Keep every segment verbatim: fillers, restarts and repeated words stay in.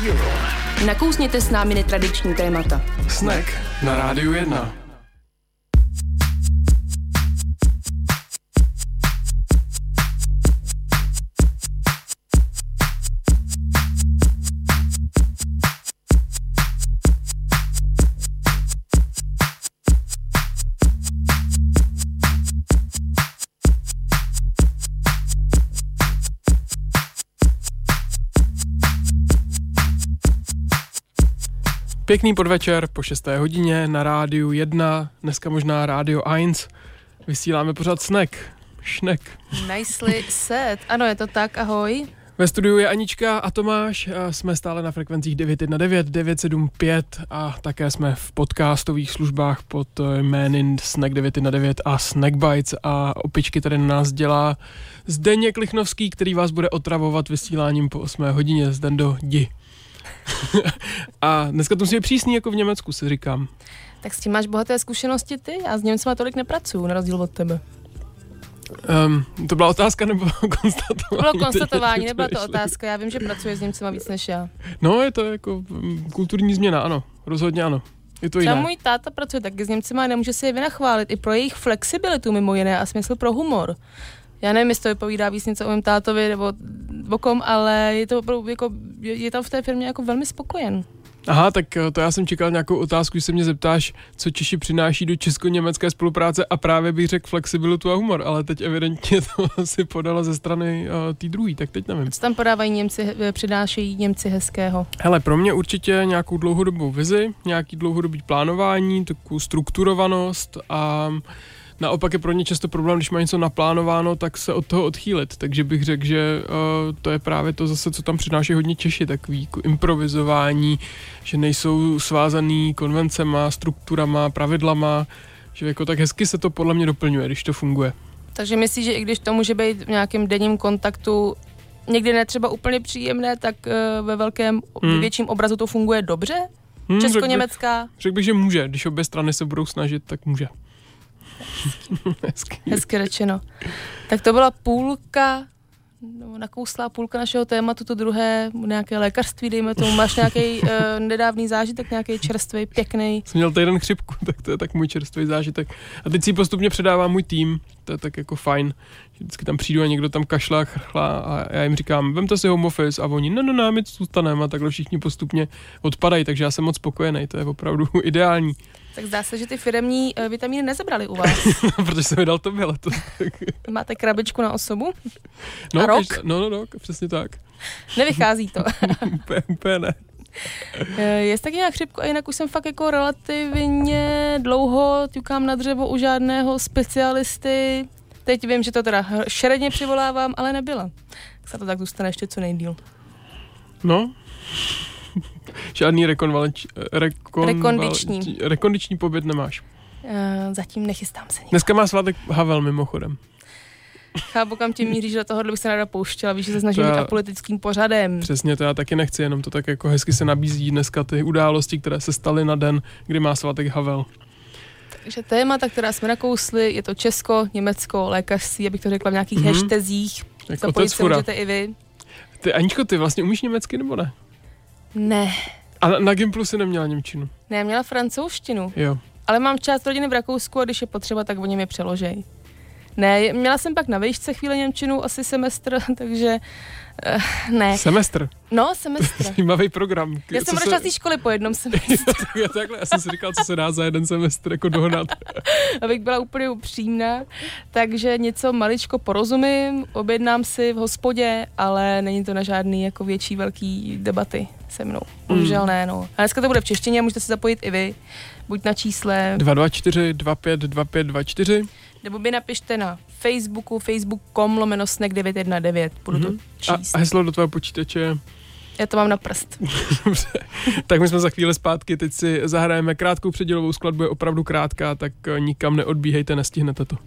Euro. Nakousněte s námi netradiční témata. Snack na Rádiu jedna. Pěkný podvečer po šesté hodině na Rádiu jedna, dneska možná Rádio jedna. Vysíláme pořád Snack. Šnek. Nicely said. Ano, je to tak, ahoj. Ve studiu je Anička a Tomáš, a jsme stále na frekvencích devět jedna devět, devět sedm pět a také jsme v podcastových službách pod jmény Snack devět jedna devět a Snack Bites a opičky tady na nás dělá Zdeněk Lichnovský, který vás bude otravovat vysíláním po osmé hodině. Zdendo, jdi. A dneska to musí být přísný jako v Německu, si říkám. Tak s tím máš bohaté zkušenosti ty? Já s Němcema tolik nepracuju, na rozdíl od tebe. Um, to byla otázka nebo konstatování? To bylo konstatování, nebyla to otázka. Já vím, že pracuješ s Němcema víc než já. No, je to jako kulturní změna, ano. Rozhodně ano. Je to jiné. Třeba můj táta pracuje taky s Němcema a nemůže si je vynachválit i pro jejich flexibilitu mimo jiné a smysl pro humor. Já nevím, jestli to vypovídá víc něco o mém tátovi nebo o kom, ale je to opravdu jako, je tam v té firmě jako velmi spokojen. Aha, tak to já jsem čekal nějakou otázku, že se mě zeptáš, co Češi přináší do česko-německé spolupráce a právě bych řekl flexibilitu a humor, ale teď evidentně to asi podala ze strany uh, té druhé, tak teď nevím. Co tam podávají Němci, přinášejí Němci hezkého? Hele, pro mě určitě nějakou dlouhodobou vizi, nějaký dlouhodobý plánování, takovou strukturovanost a naopak je pro ně často problém, když má něco naplánováno, tak se od toho odchýlit. Takže bych řekl, že uh, to je právě to zase, co tam přináší hodně Češi, takový jako improvizování, že nejsou svázaný konvencema, strukturama, pravidlama, že jako tak hezky se to podle mě doplňuje, když to funguje. Takže myslíš, že i když to může být v nějakém denním kontaktu někdy netřeba úplně příjemné, tak uh, ve velkém, hmm. větším obrazu to funguje dobře? Hmm, Česko-německá? Řekl bych, řekl bych, že může. Když obě strany se budou snažit, tak může. Hezky. Hezky řečeno. Tak to byla půlka, no, nakouslá půlka našeho tématu, to druhé nějaké lékařství, dejme tomu. Máš nějaký uh, nedávný zážitek, nějaký čerstvý, pěkný? Jsem měl týden chřipku, tak to je tak můj čerstvý zážitek. A teď si postupně předává můj tým, to je tak jako fajn. Vždycky tam přijdu a někdo tam kašlá, chrchlá a já jim říkám, vemte si home office a oni, no, no, no, my zůstaneme a takhle všichni postupně odpadají, takže já jsem moc spokojený, to je opravdu ideální. Tak zdá se, že ty firemní uh, vitamíny nezabrali u vás. No, protože jsem je dal tobě letos. Máte krabičku na osobu? No, a rok? Kež, no, no, no, přesně tak. Nevychází to. úplně, úplně ne. Je taky nějak chřipku a jinak už jsem fakt jako relativně dlouho ťukám na dřevo u žádného specialisty. Teď vím, že to teda šeredně přivolávám, ale nebyla. Tak se to tak zůstane ještě co nejdýl. No. Žádný rekonvalenč, rekon, rekondiční. rekondiční pobyt nemáš. Uh, zatím nechystám se nikam. Dneska má svátek Havel mimochodem. Chápu, kam tím míříš, do tohohle bych se ráda pouštěla, víš, že se snažím být apolitickým pořadem. Přesně, to já taky nechci, jenom to tak jako hezky se nabízí dneska ty události, které se staly na den, kdy má svátek Havel. Takže témata, která jsme nakousli, je to Česko, Německo, lékařství, abych to řekla v nějakých mm-hmm. hashtazích. Jako zapojit se můžete i vy. Ty, Aničko, ty vlastně umíš německy nebo ne? Ne. A na, na Gimplu si neměla němčinu? Ne, měla francouzštinu. Jo. Ale mám část rodiny v Rakousku a když je potřeba, tak oni mi přeložej. Ne, měla jsem pak na výšce chvíli němčinu, asi semestr, takže uh, ne. Semestr? No, semestr. Zajímavý program. Já jsem odešla z té školy po jednom semestru. já, takhle, já jsem si říkal, co se dá za jeden semestr jako dohnat. Abych byla úplně upřímná. Takže něco maličko porozumím, objednám si v hospodě, ale není to na žádný jako větší velký debaty se mnou. Bohužel mm. ne, no. A dneska to bude v češtině, můžete se zapojit i vy. Buď na čísle dva dva čtyři dva pět dva pět dva čtyři nebo by napište na Facebooku facebook tečka com lomeno snack devět jedna devět. Budu mm-hmm. to číst. A heslo do tvého počítače? Já to mám na prst. Dobře. Tak my jsme za chvíli zpátky, teď si zahrajeme krátkou předělovou skladbu, je opravdu krátká, tak nikam neodbíhejte, nestihnete to.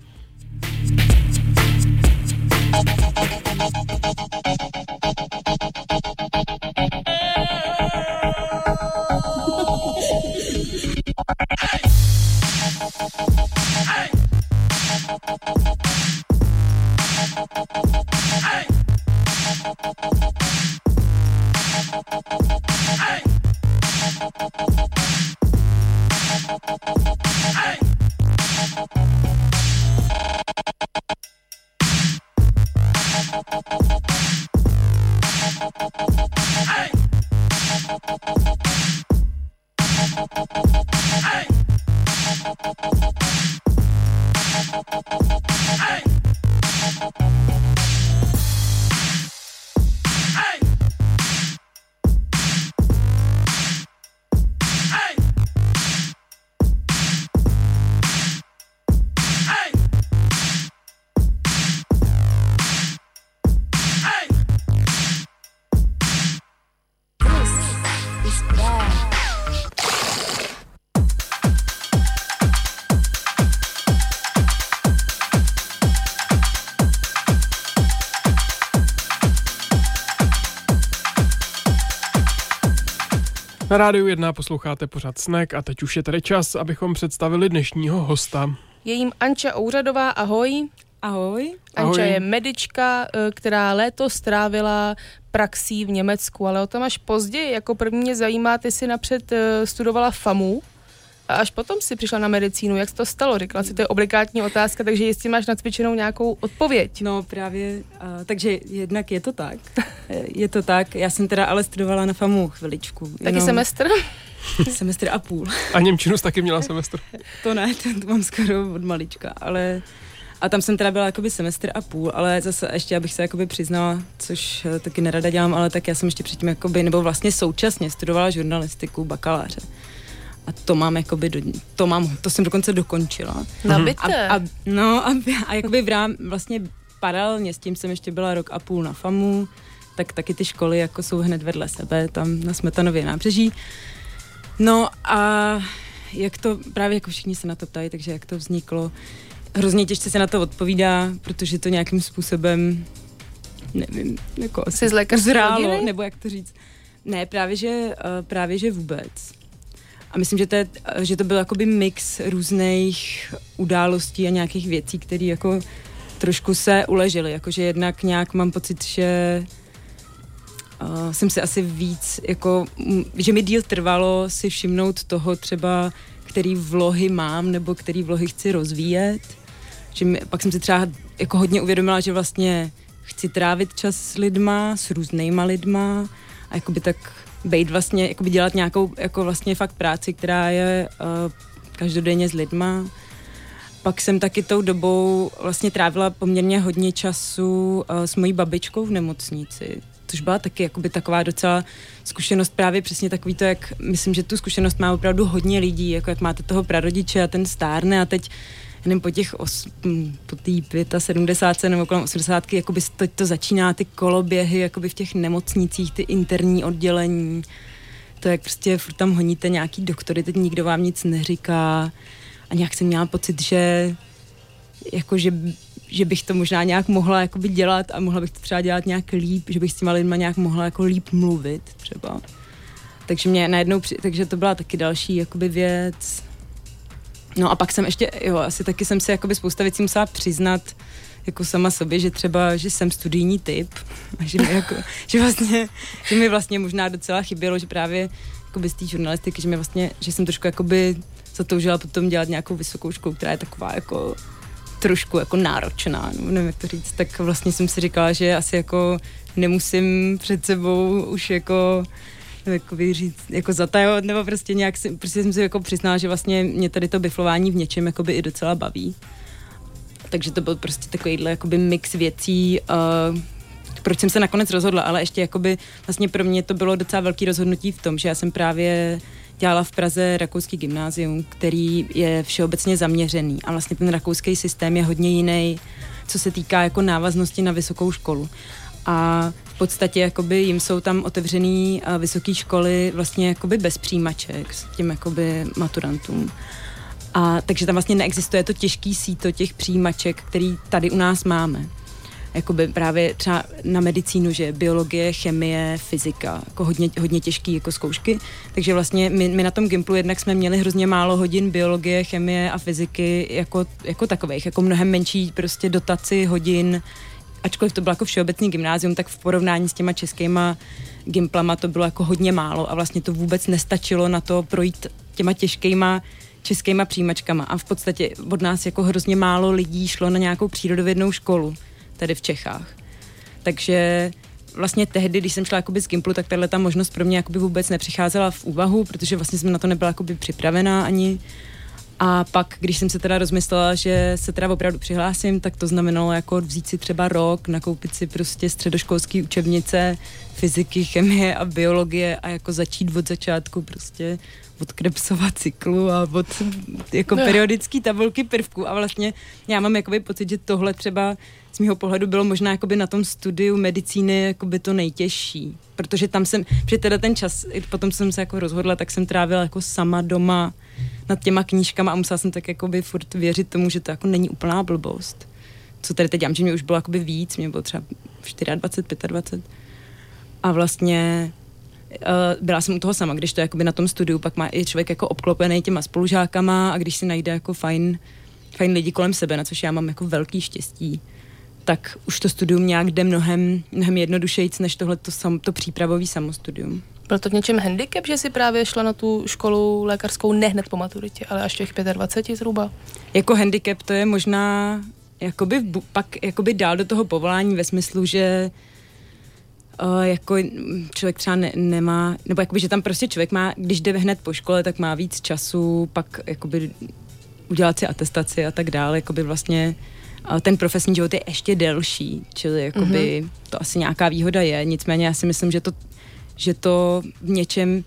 Hey! Na Rádiu jedna posloucháte pořad Snack a teď už je tady čas, abychom představili dnešního hosta. Je jím Anča Ouřadová, ahoj. Ahoj. Anča Ahoj. je medička, která léto strávila praxí v Německu, ale o tom až později. Jako první mě zajímá, ty si napřed studovala FAMU a až potom si přišla na medicínu. Jak se to stalo? Řekla si, to je obligátní otázka, takže jestli máš nacvičenou nějakou odpověď. No právě, uh, takže jednak je to tak. Je to tak, já jsem teda ale studovala na FAMU chviličku. Taky jenom semestr? Semestr a půl. A němčinu jsi taky měla semestr. To ne, to, to mám skoro od malička, ale... A tam jsem teda byla jakoby semestr a půl, ale zase ještě, abych se jakoby přiznala, což taky nerada dělám, ale tak já jsem ještě předtím jakoby, nebo vlastně současně studovala žurnalistiku, bakaláře. A to mám jakoby, do, to mám, to jsem dokonce dokončila. Nabité. A, a, no a, a jakoby v rám, vlastně paralelně s tím jsem ještě byla rok a půl na FAMU, tak taky ty školy jako jsou hned vedle sebe, tam na Smetanově nábřeží. No a jak to, právě jako všichni se na to ptají, takže jak to vzniklo, hrozně těžce se na to odpovídá, protože to nějakým způsobem, nevím, jako Jsi z lékařské zrálo, rodiny? nebo jak to říct. Ne, právě že, právě že vůbec. A myslím, že to, je, že to byl jakoby mix různých událostí a nějakých věcí, které jako trošku se uležely. Jakože jednak nějak mám pocit, že uh, jsem si asi víc, jako, že mi díl trvalo si všimnout toho třeba, který vlohy mám, nebo který vlohy chci rozvíjet. Že mi, pak jsem si třeba jako hodně uvědomila, že vlastně chci trávit čas s lidma, s různýma lidma a jakoby tak bejt vlastně, jakoby dělat nějakou jako vlastně fakt práci, která je uh, každodenně s lidma. Pak jsem taky tou dobou vlastně trávila poměrně hodně času uh, s mojí babičkou v nemocnici, což byla taky jakoby taková docela zkušenost, právě přesně takový to, jak myslím, že tu zkušenost má opravdu hodně lidí, jako jak máte toho prarodiče a ten stárne a teď jenom po těch os, po té sedmdesátce pět nebo kolem osmdesátky, jakoby teď to začíná ty koloběhy, jakoby v těch nemocnicích, ty interní oddělení, to jak prostě furt tam honíte nějaký doktory, teď nikdo vám nic neříká a nějak jsem měla pocit, že jako, že, že bych to možná nějak mohla jakoby dělat a mohla bych to třeba dělat nějak líp, že bych s těma lidma nějak mohla jako líp mluvit třeba. Takže mě najednou, při, takže to byla taky další jakoby věc. No a pak jsem ještě, jo, asi taky jsem si jakoby spousta věcí musela přiznat jako sama sobě, že třeba, že jsem studijní typ a že mi, jako, že vlastně, že mi vlastně možná docela chybělo, že právě jakoby z té žurnalistiky, že mi vlastně, že jsem trošku jakoby zatoužila potom dělat nějakou vysokou školu, která je taková jako trošku jako náročná, no, nevím jak to říct, tak vlastně jsem si říkala, že asi jako nemusím před sebou už jako jakoby říct, jako zatajovat, nebo prostě nějak si, prostě jsem si jako přiznala, že vlastně mě tady to biflování v něčem jakoby i docela baví. Takže to byl prostě takovýhle jakoby mix věcí, uh, proč jsem se nakonec rozhodla, ale ještě jakoby vlastně pro mě to bylo docela velký rozhodnutí v tom, že já jsem právě dělala v Praze rakouský gymnázium, který je všeobecně zaměřený a vlastně ten rakouský systém je hodně jiný, co se týká jako návaznosti na vysokou školu. A v podstatě jakoby jim jsou tam otevřený uh, vysoké školy vlastně jakoby bez přijímaček s těm jakoby maturantům. A takže tam vlastně neexistuje to těžký síto těch přijímaček, který tady u nás máme. Jakoby právě třeba na medicínu, že biologie, chemie, fyzika, jako hodně, hodně těžký jako zkoušky. Takže vlastně my, my na tom Gimplu jednak jsme měli hrozně málo hodin biologie, chemie a fyziky jako, jako takových, jako mnohem menší prostě dotaci hodin. Ačkoliv to bylo jako všeobecný gymnázium, tak v porovnání s těma českýma gimplama to bylo jako hodně málo a vlastně to vůbec nestačilo na to projít těma těžkýma českýma přijímačkama a v podstatě od nás jako hrozně málo lidí šlo na nějakou přírodovědnou školu tady v Čechách. Takže vlastně tehdy, když jsem šla jakoby z Gimplu, tak tahle ta možnost pro mě jakoby vůbec nepřicházela v úvahu, protože vlastně jsem na to nebyla jakoby připravená ani. A pak, když jsem se teda rozmyslela, že se teda opravdu přihlásím, tak to znamenalo jako vzít si třeba rok, nakoupit si prostě středoškolský učebnice fyziky, chemie a biologie a jako začít od začátku prostě od Krebsova cyklu a od jako periodický tabulky prvků a vlastně já mám jakoby pocit, že tohle třeba z mýho pohledu bylo možná jakoby na tom studiu medicíny jakoby to nejtěžší, protože tam jsem, protože teda ten čas, potom jsem se jako rozhodla, tak jsem trávila jako sama doma nad těma knížkama a musela jsem tak jakoby furt věřit tomu, že to jako není úplná blbost. Co tady teď dělám, že mě už bylo jakoby víc, mě bylo třeba dvacet čtyři, dvacet pět. A vlastně byla jsem u toho sama, když to jakoby na tom studiu, pak má i člověk jako obklopený těma spolužákama a když si najde jako fajn, fajn lidi kolem sebe, na což já mám jako velký štěstí, tak už to studium nějak jde mnohem, mnohem jednodušejc, než tohleto sam, to přípravový samostudium. Byl to v něčem handicap, že jsi právě šla na tu školu lékařskou ne hned po maturitě, ale až těch dvacet pět zhruba? Jako handicap to je možná jakoby pak jakoby dál do toho povolání ve smyslu, že uh, jako člověk třeba ne, nemá, nebo jakoby, že tam prostě člověk má, když jde hned po škole, tak má víc času, pak jakoby udělat si atestaci a tak dále, jakoby vlastně uh, ten profesní život je ještě delší, čili jakoby mm-hmm. to asi nějaká výhoda je, nicméně já si myslím, že to, že to v něčem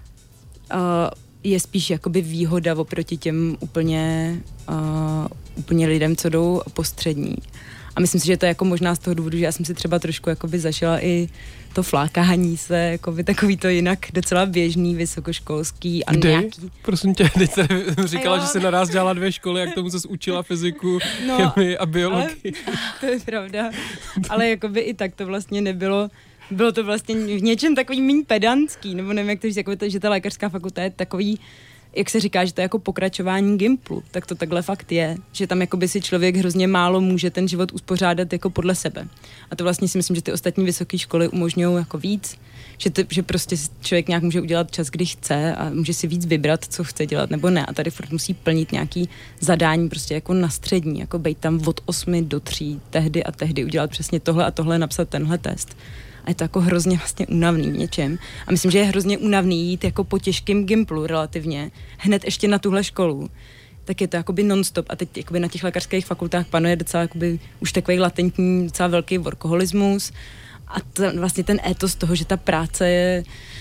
uh, je spíš jakoby výhoda oproti těm úplně, uh, úplně lidem, co jdou po střední. A myslím si, že to je jako možná z toho důvodu, že já jsem si třeba trošku jakoby zažila i to flákání se, jakoby takový to jinak docela běžný, vysokoškolský a Kde? nějaký... Prosím tě, teď jsi říkala, že jsi naraz dělala dvě školy, jak tomu se učila fyziku, no, chemii a biologii. Ale, to je pravda. Ale jakoby i tak to vlastně nebylo. Bylo to vlastně v něčem takový méně pedantský, nebo nevím, jak to říct, jako to, že ta lékařská fakulta je takový, jak se říká, že to je jako pokračování Gimplu, tak to takhle fakt je, že tam jakoby si člověk hrozně málo může ten život uspořádat jako podle sebe. A to vlastně si myslím, že ty ostatní vysoké školy umožňují jako víc, že, to, že prostě člověk nějak může udělat čas, když chce a může si víc vybrat, co chce dělat nebo ne. A tady furt musí plnit nějaký zadání prostě jako na střední, jako bejt tam od osmi do tří, tehdy a tehdy udělat přesně tohle a tohle, napsat tenhle test. A je to jako hrozně vlastně únavný v něčem. A myslím, že je hrozně únavný jít jako po těžkém Gimplu relativně, hned ještě na tuhle školu. Tak je to jakoby non-stop. A teď jakoby na těch lékařských fakultách panuje docela jakoby už takový latentní, docela velký workoholismus. A to, vlastně ten étos toho, že ta práce je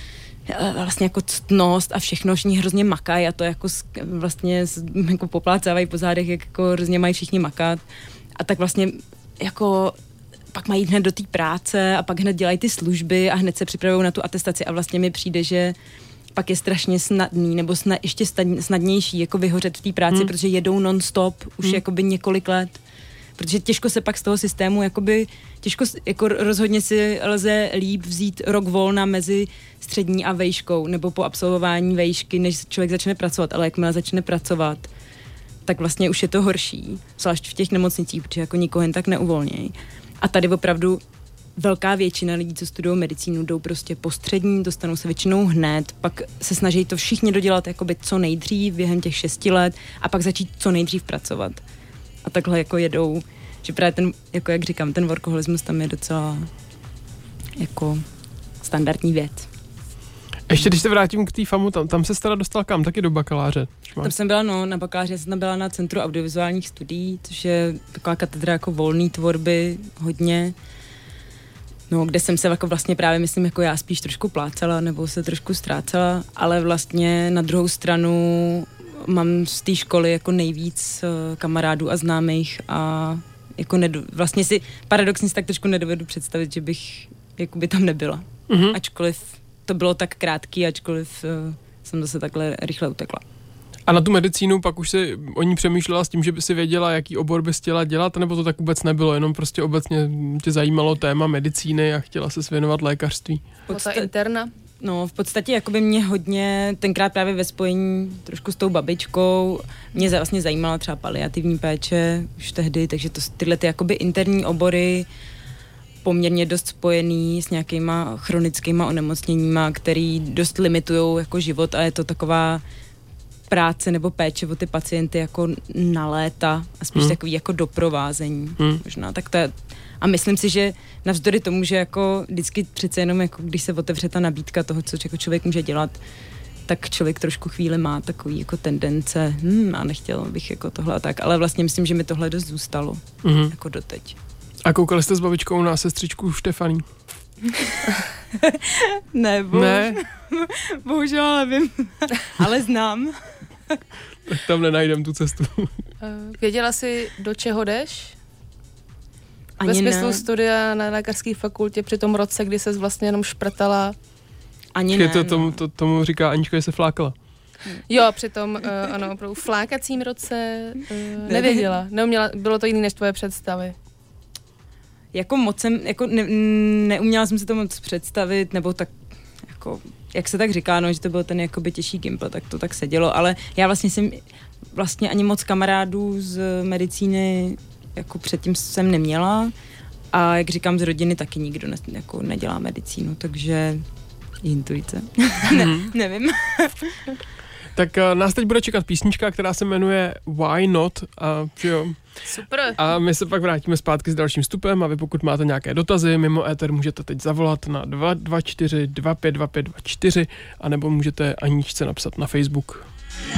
vlastně jako ctnost a všechno, všichni hrozně makají a to jako vlastně jako poplácávají po zádech, jak jako hrozně mají všichni makat. A tak vlastně jako pak mají hned do té práce a pak hned dělají ty služby a hned se připravují na tu atestaci a vlastně mi přijde, že pak je strašně snadný nebo snad, ještě snadnější jako vyhořet v té práci, hmm. protože jedou non-stop už hmm. jakoby několik let. Protože těžko se pak z toho systému jakoby, těžko jako rozhodně si lze líp vzít rok volna mezi střední a vejškou nebo po absolvování vejšky, než člověk začne pracovat, ale jakmile začne pracovat, tak vlastně už je to horší, zvlášť v těch nemocnicích, protože jako nikoho jen tak neuvolnějí. A tady opravdu velká většina lidí, co studují medicínu, jdou prostě po střední, dostanou se většinou hned, pak se snaží to všichni dodělat jakoby co nejdřív během těch šesti let a pak začít co nejdřív pracovat. A takhle jako jedou, že právě ten, jako jak říkám, ten workoholismus tam je docela jako standardní věc. Ještě když se vrátím k té FAMu, tam, tam se teda dostal kam? Taky do bakaláře? Tam jsem byla, no, na bakaláře jsem tam byla na Centru audiovizuálních studií, což je taková katedra jako volné tvorby, hodně, no, kde jsem se jako vlastně právě, myslím, jako já spíš trošku plácala, nebo se trošku ztrácela, ale vlastně na druhou stranu mám z té školy jako nejvíc uh, kamarádů a známých a jako nedo, vlastně si paradoxně si tak trošku nedovedu představit, že bych jakoby tam nebyla. Mm-hmm. Ačkoliv to bylo tak krátký, ačkoliv uh, jsem zase takhle rychle utekla. A na tu medicínu pak už si o ní přemýšlela s tím, že by si věděla, jaký obor bys chtěla dělat, nebo to tak vůbec nebylo, jenom prostě obecně tě zajímalo téma medicíny a chtěla se věnovat lékařství? Podstat... interna? No, v podstatě jakoby mě hodně, tenkrát právě ve spojení trošku s tou babičkou, mě vlastně zajímala třeba paliativní péče už tehdy, takže to, tyhle ty jakoby interní obory poměrně dost spojený s nějakýma chronickýma onemocněníma, který dost limitujou jako život a je to taková práce nebo péče o ty pacienty jako na léta a spíš hmm. takový jako doprovázení. Hmm. Možná tak to je. A myslím si, že navzdory tomu, že jako vždycky přece jenom jako když se otevře ta nabídka toho, co jako člověk může dělat, tak člověk trošku chvíli má takový jako tendence, hm, a nechtěl bych jako tohle a tak, ale vlastně myslím, že mi tohle dost zůstalo, hmm. jako doteď. A koukali jste s babičkou na sestřičku Štefaní? ne, bohužel, ne, bohužel nevím, ale znám. Tak tam nenajdem tu cestu. Věděla jsi, do čeho jdeš? Ani Ve smyslu ne. studia na lékařské fakultě při tom roce, kdy ses vlastně jenom šprtala? Ani ne. To, tomu, to, tomu říká Anička, že se flákala. Jo, při tom, uh, ano, opravdu flákacím roce uh, nevěděla. Neuměla, bylo to jiný než tvoje představy. Jako moc jsem, jako ne, neuměla jsem si to moc představit, nebo tak jako jak se tak říká, no, že to byl ten jakoby těžší gimpl, tak to tak se dělo, ale já vlastně jsem vlastně ani moc kamarádů z medicíny jako předtím jsem neměla a jak říkám, z rodiny taky nikdo ne, jako nedělá medicínu, takže intuice. ne, nevím. Tak uh, nás teď bude čekat písnička, která se jmenuje Why Not, a, jo. Super. A my se pak vrátíme zpátky s dalším vstupem a vy pokud máte nějaké dotazy mimo éter, můžete teď zavolat na dva dva čtyři dva pět dva pět dva čtyři anebo můžete Aničce napsat na Facebook.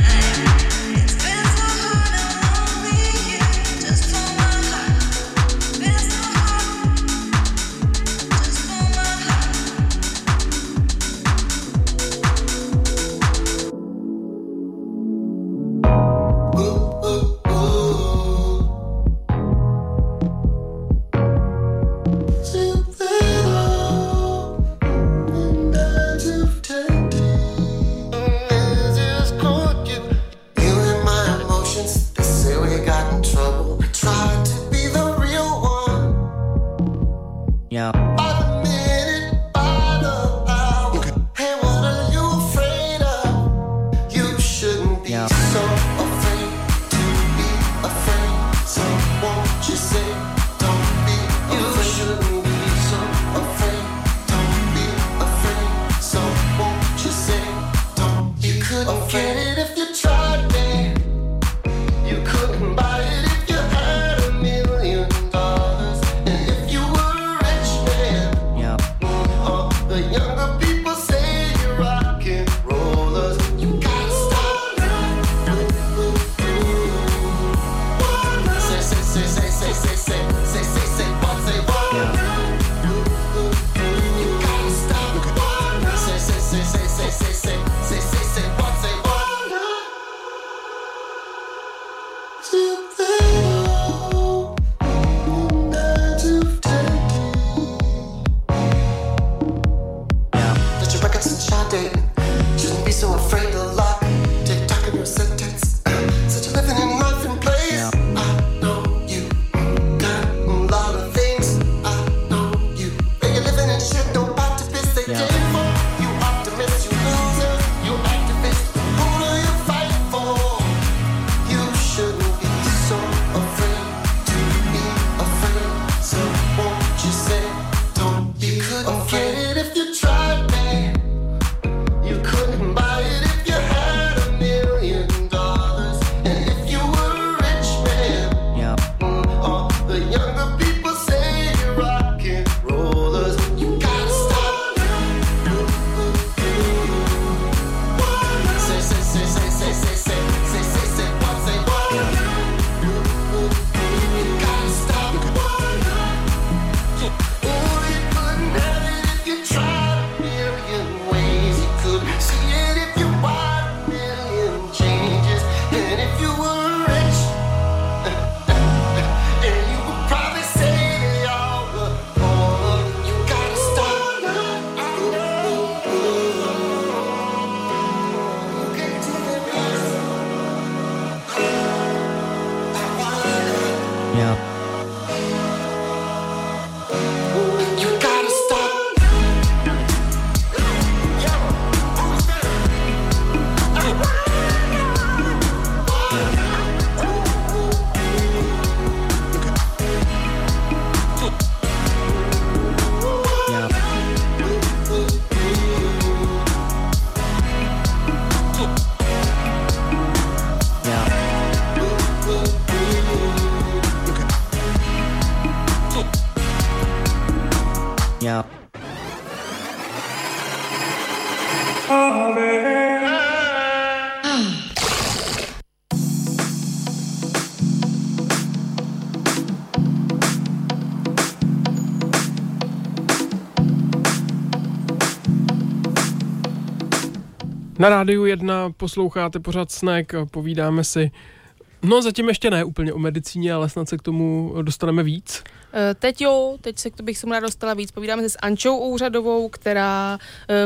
Na Rádiu jedna posloucháte pořád Snack, povídáme si, no zatím ještě ne úplně o medicíně, ale snad se k tomu dostaneme víc. Teď jo, teď se k to bych se mu dostala víc. Povídáme se s Ančou Ouřadovou, která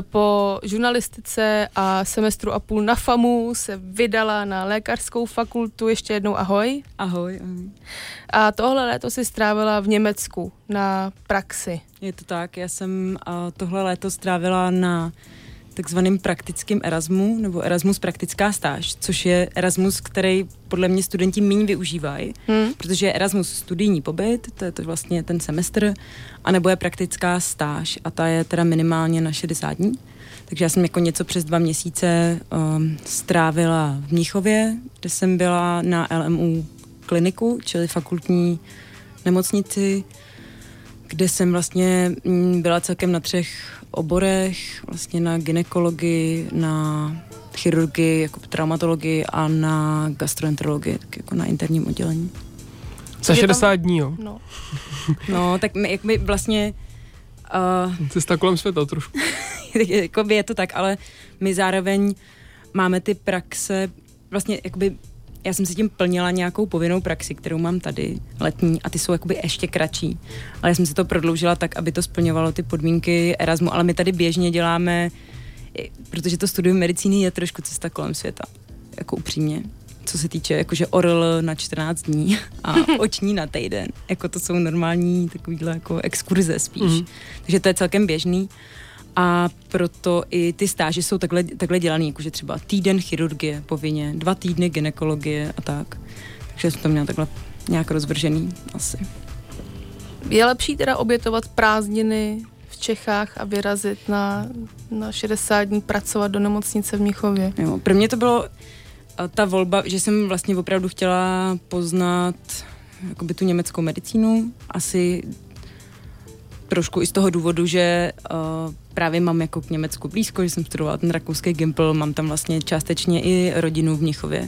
po žurnalistice a semestru a půl na FAMu se vydala na lékařskou fakultu. Ještě jednou ahoj. Ahoj. ahoj. A tohle léto si strávila v Německu na praxi. Je to tak, já jsem tohle léto strávila na takzvaným praktickým Erasmu, nebo Erasmus praktická stáž, což je Erasmus, který podle mě studenti méně využívají, hmm. protože je Erasmus studijní pobyt, to je to vlastně ten semestr, anebo je praktická stáž a ta je teda minimálně na šedesát dní. Takže já jsem jako něco přes dva měsíce um, strávila v Mnichově, kde jsem byla na L M U kliniku, čili fakultní nemocnici, kde jsem vlastně byla celkem na třech oborech, vlastně na gynekologii, na chirurgii, jako traumatologii a na gastroenterologii, tak jako na interním oddělení. Za šedesát dní, jo? No. No, tak my, jak my vlastně... Uh, Cesta kolem světa trošku. Jakoby je to tak, ale my zároveň máme ty praxe, vlastně jakoby já jsem si tím plnila nějakou povinnou praxi, kterou mám tady letní a ty jsou jakoby ještě kratší. Ale já jsem si to prodloužila tak, aby to splňovalo ty podmínky Erasmu, ale my tady běžně děláme, protože to studium medicíny je trošku cesta kolem světa, jako upřímně. Co se týče jakože O R L na čtrnáct dní a oční na týden. Jako to jsou normální takovýhle jako exkurze spíš. Mm. Takže to je celkem běžný. A proto i ty stáže jsou takhle, takhle dělaný, jakože třeba týden chirurgie povinně, dva týdny gynekologie a tak. Takže jsem to měla takhle nějak rozvržený asi. Je lepší teda obětovat prázdniny v Čechách a vyrazit na, na šedesát dní pracovat do nemocnice v Mnichově? Jo, pro mě to bylo ta volba, že jsem vlastně opravdu chtěla poznat jakoby tu německou medicínu. Asi trošku i z toho důvodu, že uh, právě mám jako k Německu blízko, že jsem studovala ten rakouský Gimpl, mám tam vlastně částečně i rodinu v Mnichově.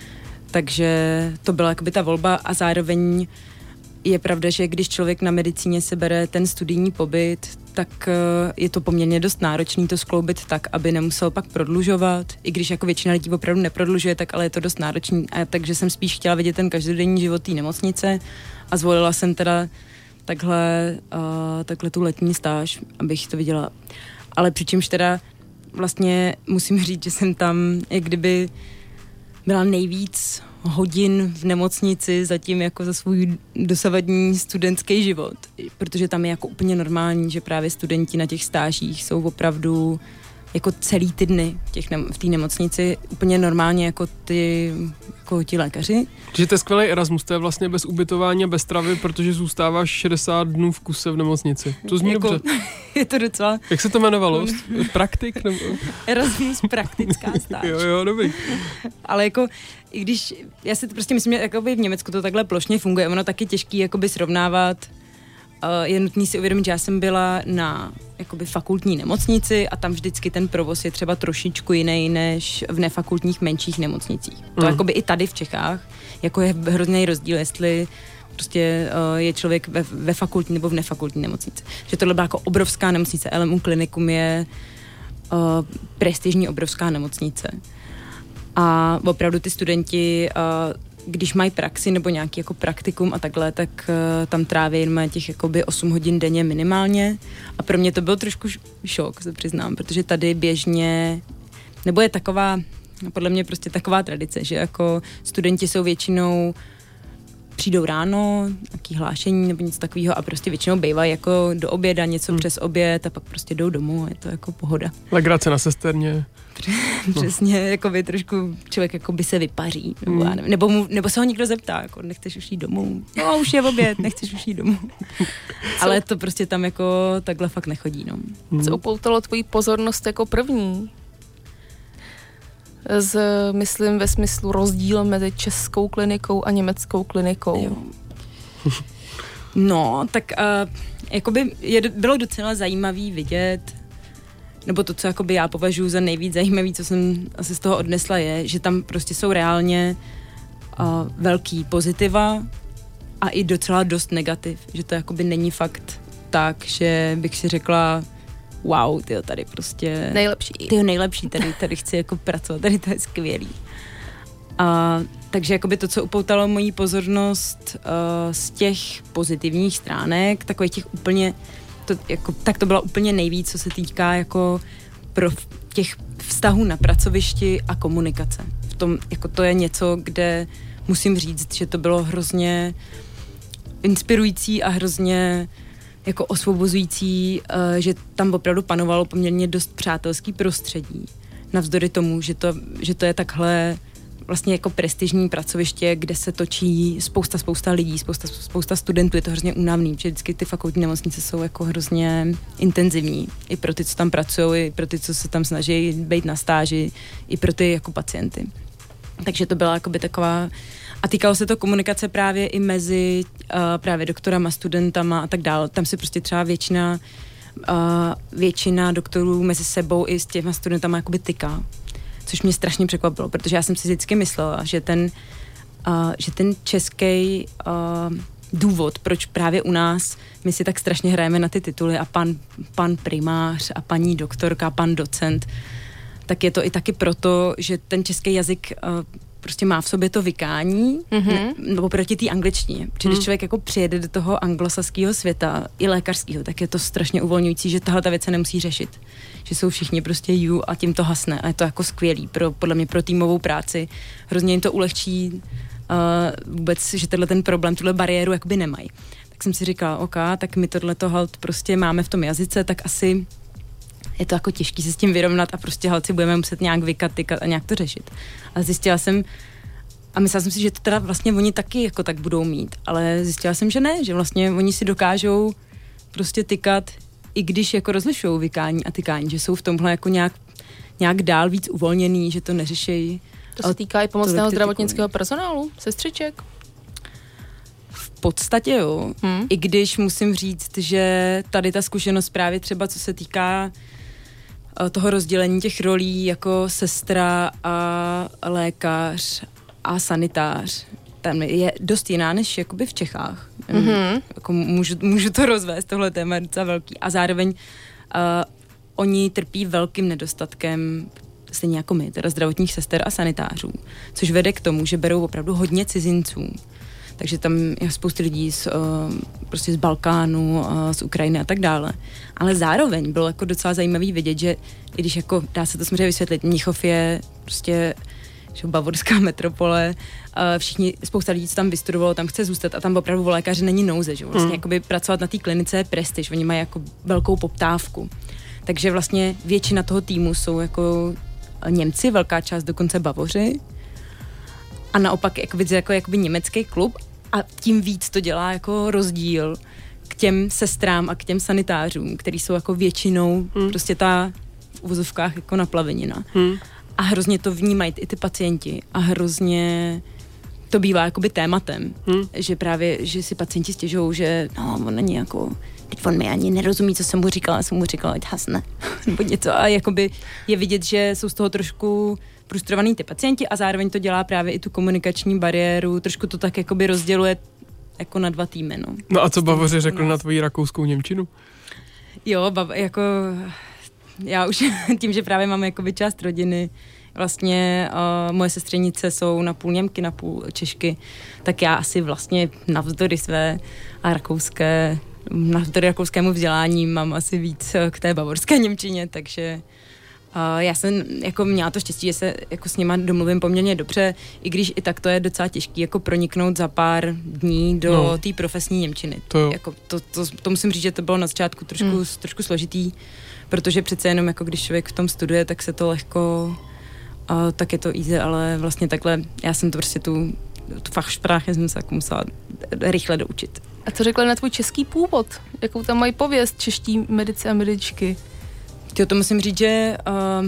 Takže to byla jakoby ta volba a zároveň je pravda, že když člověk na medicíně se bere ten studijní pobyt, tak uh, je to poměrně dost náročný to skloubit tak, aby nemusel pak prodlužovat. I když jako většina lidí opravdu neprodlužuje, tak ale je to dost náročný. A takže jsem spíš chtěla vidět ten každodenní život té nemocnice a zvolila jsem teda takhle, uh, takhle tu letní stáž, abych to viděla. Ale přičemž teda vlastně musím říct, že jsem tam jak kdyby byla nejvíc hodin v nemocnici zatím jako za svůj dosavadní studentský život. Protože tam je jako úplně normální, že právě studenti na těch stážích jsou opravdu jako celý ty dny v, těch ne- v té nemocnici úplně normálně jako ty jako ti lékaři. Takže to je skvělý Erasmus, to je vlastně bez ubytování a bez stravy, protože zůstáváš šedesát dnů v kuse v nemocnici. To zní jako, dobře. Je to docela... Jak se to jmenovalo? Praktik? Nebo... Erasmus praktická stáž. Jo, jo, dobrý. Ale jako, i když, já si to prostě myslím, že jakoby v Německu to takhle plošně funguje, ono taky těžký jakoby srovnávat. Je nutný si uvědomit, že já jsem byla na jakoby fakultní nemocnici a tam vždycky ten provoz je třeba trošičku jiný než v nefakultních menších nemocnicích. To mm. jakoby i tady v Čechách jako je hrozný rozdíl, jestli prostě uh, je člověk ve, ve fakultní nebo v nefakultní nemocnici. Že tohle byla jako obrovská nemocnice. L M U klinikum je uh, prestižní obrovská nemocnice. A opravdu ty studenti uh, když mají praxi nebo nějaký jako praktikum a takhle, tak uh, tam tráví jenom těch jakoby osm hodin denně minimálně. A pro mě to byl trošku šok, se přiznám, protože tady běžně, nebo je taková, podle mě prostě taková tradice, že jako studenti jsou většinou přijdou ráno, nějaký hlášení nebo něco takového a prostě většinou bývají jako do oběda, něco hmm. přes oběd a pak prostě jdou domů a je to jako pohoda. Legrace na sesterně. Přesně, jako by trošku člověk jako by se vypaří, nebo, hmm. nevím, nebo, mu, nebo se ho někdo zeptá, jako nechceš už jít domů, no už je oběd, nechceš už jít domů. Ale to prostě tam jako takhle fakt nechodí, no. Hmm. Co upoutalo tvoji pozornost jako první? Z, myslím ve smyslu rozdíl mezi českou klinikou a německou klinikou. Jo. No, tak uh, jakoby je, bylo docela zajímavý vidět, nebo to, co jakoby já považuji za nejvíc zajímavý, co jsem asi z toho odnesla, je, že tam prostě jsou reálně uh, velký pozitiva a i docela dost negativ. Že to jakoby není fakt tak, že bych si řekla wow, tyjo, tady prostě... Nejlepší. Tyjo, nejlepší, tady, tady chci jako pracovat, tady to je skvělý. A, takže jakoby to, co upoutalo moji pozornost uh, z těch pozitivních stránek, takových těch úplně, to, jako, tak to bylo úplně nejvíc, co se týká jako pro těch vztahů na pracovišti a komunikace. V tom, jako to je něco, kde musím říct, že to bylo hrozně inspirující a hrozně jako osvobozující, uh, že tam opravdu panovalo poměrně dost přátelský prostředí. Navzdory tomu, že to, že to je takhle vlastně jako prestižní pracoviště, kde se točí spousta, spousta lidí, spousta, spousta studentů, je to hrozně únavný, protože vždycky ty fakultní nemocnice jsou jako hrozně intenzivní. I pro ty, co tam pracují, i pro ty, co se tam snaží být na stáži, i pro ty jako pacienty. Takže to byla jakoby taková... A týkalo se to komunikace právě i mezi uh, právě doktorama, studentama a tak dále. Tam si prostě třeba většina, uh, většina doktorů mezi sebou i s těma studentama jakoby tyká. Což mě strašně překvapilo, protože já jsem si vždycky myslela, že ten, uh, že ten český uh, důvod, proč právě u nás my si tak strašně hrajeme na ty tituly a pan, pan primář a paní doktorka, pan docent, tak je to i taky proto, že ten český jazyk uh, prostě má v sobě to vykání, mm-hmm. nebo proti té angličtině. Protože když člověk jako přijede do toho anglosaského světa, i lékařského, tak je to strašně uvolňující, že tahle ta věc se nemusí řešit. Že jsou všichni prostě you a tím to hasne. A je to jako skvělý, pro, podle mě pro týmovou práci. Hrozně jim to ulehčí uh, vůbec, že tenhle ten problém, tuhle bariéru jakoby nemají. Tak jsem si říkala, ok, tak my tohleto halt prostě máme v tom jazyce, tak asi je to jako těžký se s tím vyrovnat a prostě halci budeme muset nějak vykat, tykat a nějak to řešit. A zjistila jsem, a myslela jsem si, že to teda vlastně oni taky jako tak budou mít, ale zjistila jsem, že ne, že vlastně oni si dokážou prostě tykat, i když jako rozlišují vykání a tykání, že jsou v tomhle jako nějak, nějak dál víc uvolněný, že to neřešejí. To se týká i pomocného zdravotnického personálu, sestřiček? V podstatě jo, hmm. i když musím říct, že tady ta zkušenost právě třeba co se týká toho rozdělení těch rolí jako sestra a lékař a sanitář, tam je dost jiná než jakoby v Čechách. Mm-hmm. Jako můžu, můžu to rozvést, tohle téma je docela velký. A zároveň uh, oni trpí velkým nedostatkem, stejně jako my, teda zdravotních sester a sanitářů, což vede k tomu, že berou opravdu hodně cizinců. Takže tam je spoustu lidí z, uh, prostě z Balkánu, uh, z Ukrajiny a tak dále. Ale zároveň bylo jako docela zajímavý vidět, že i když jako dá se to samozřejmě vysvětlit, Mnichov je prostě že bavorská metropole, uh, všichni, spousta lidí, co tam vystudovalo, tam chce zůstat a tam opravdu v lékaři není nouze, že vlastně mm. jakoby pracovat na té klinice je prestiž, oni mají jako velkou poptávku. Takže vlastně většina toho týmu jsou jako Němci, velká část dokonce Bavoři a naopak jakoby, jako jakoby německý klub a tím víc to dělá jako rozdíl k těm sestrám a k těm sanitářům, který jsou jako většinou mm. prostě ta v uvozovkách jako naplavenina. Mm. A hrozně to vnímají i ty pacienti a hrozně to bývá jakoby tématem, hmm. že právě, že si pacienti stěžují, že no, on není jako, teď on mi ani nerozumí, co jsem mu říkala, jsem mu říkala, ať hasne, nebo něco a jakoby je vidět, že jsou z toho trošku frustrovaný ty pacienti a zároveň to dělá právě i tu komunikační bariéru, trošku to tak jakoby rozděluje jako na dva týmy, no. No a co Bavoři řekl na tvoji rakouskou němčinu? Jo, bav, jako já už tím, že právě mám jakoby část rodiny, vlastně uh, moje sestřenice jsou na půl Němky, na půl Češky, tak já asi vlastně navzdory své a rakouské, navzdory rakouskému vzdělání mám asi víc k té bavorské němčině, takže uh, já jsem jako měla to štěstí, že se jako s nima domluvím poměrně dobře, i když i tak to je docela těžký jako proniknout za pár dní do no. té profesní němčiny. To, jako to, to, to musím říct, že to bylo na začátku trošku, hmm. trošku složitý, protože přece jenom jako když člověk v tom studuje, tak se to lehko, uh, tak je to easy, ale vlastně takhle, já jsem to prostě tu, tu fachsprache jsem se jako musela rychle doučit. A co řekla na tvůj český původ? Jakou tam mají pověst čeští medici a medičky? Tyjo, to musím říct, že uh,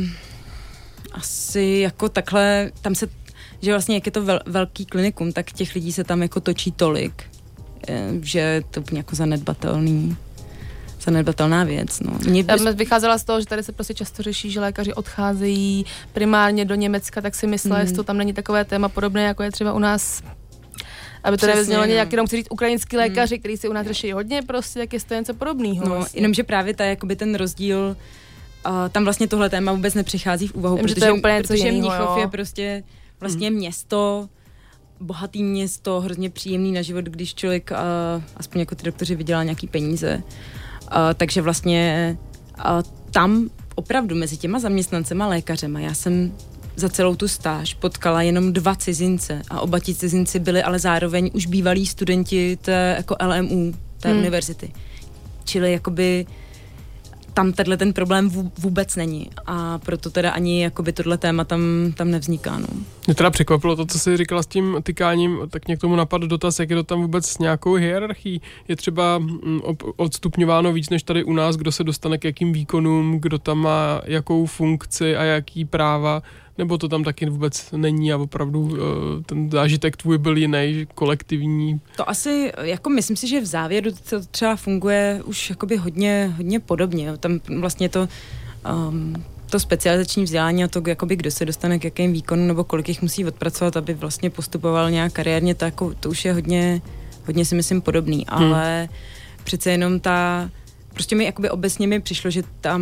asi jako takhle, tam se, že vlastně jak je to vel, velký klinikum, tak těch lidí se tam jako točí tolik, že je to úplně jako zanedbatelný. zanedbatelná věc. No. Mě Já bych vycházela z toho, že tady se prostě často řeší, že lékaři odcházejí primárně do Německa, tak si myslela, mm. jestli to tam není takové téma podobné, jako je třeba u nás, aby to nevyznělo nějak, jenom chci říct ukrajinský lékaři, mm. který si u nás řeší hodně, prostě, jak je to něco podobného. No, vlastně. Jenomže právě ta, jakoby ten rozdíl, uh, tam vlastně tohle téma vůbec nepřichází v úvahu, Vím, protože, to je úplně protože jinýho, Mnichov jo. je prostě vlastně mm. město, bohatý město, hrozně příjemný na život, když člověk, uh, aspoň jako ty doktoři, vydělá nějaký peníze. Uh, takže vlastně uh, tam opravdu mezi těma zaměstnancema lékařema já jsem za celou tu stáž potkala jenom dva cizince a oba ti cizinci byli ale zároveň už bývalí studenti té jako L M U, té hmm. univerzity. čili jakoby tam tenhle ten problém vůbec není a proto teda ani jakoby tohle téma tam, tam nevzniká. No. Mě teda překvapilo to, co jsi říkala s tím tykáním, tak mě k tomu napadl dotaz, jak je to tam vůbec s nějakou hierarchií. Je třeba odstupňováno víc než tady u nás, kdo se dostane k jakým výkonům, kdo tam má jakou funkci a jaký práva, nebo to tam taky vůbec není a opravdu ten zážitek tvůj byl jiný, kolektivní? To asi, jako myslím si, že v závěru to třeba funguje už jakoby hodně, hodně podobně. Tam vlastně to, um, to specializační vzdělání a to, jakoby kdo se dostane k jakým výkonům nebo kolik jich musí odpracovat, aby vlastně postupoval nějak kariérně, to, jako, to už je hodně, hodně si myslím podobný, hmm. ale přece jenom ta, prostě mi jakoby obecně mi přišlo, že tam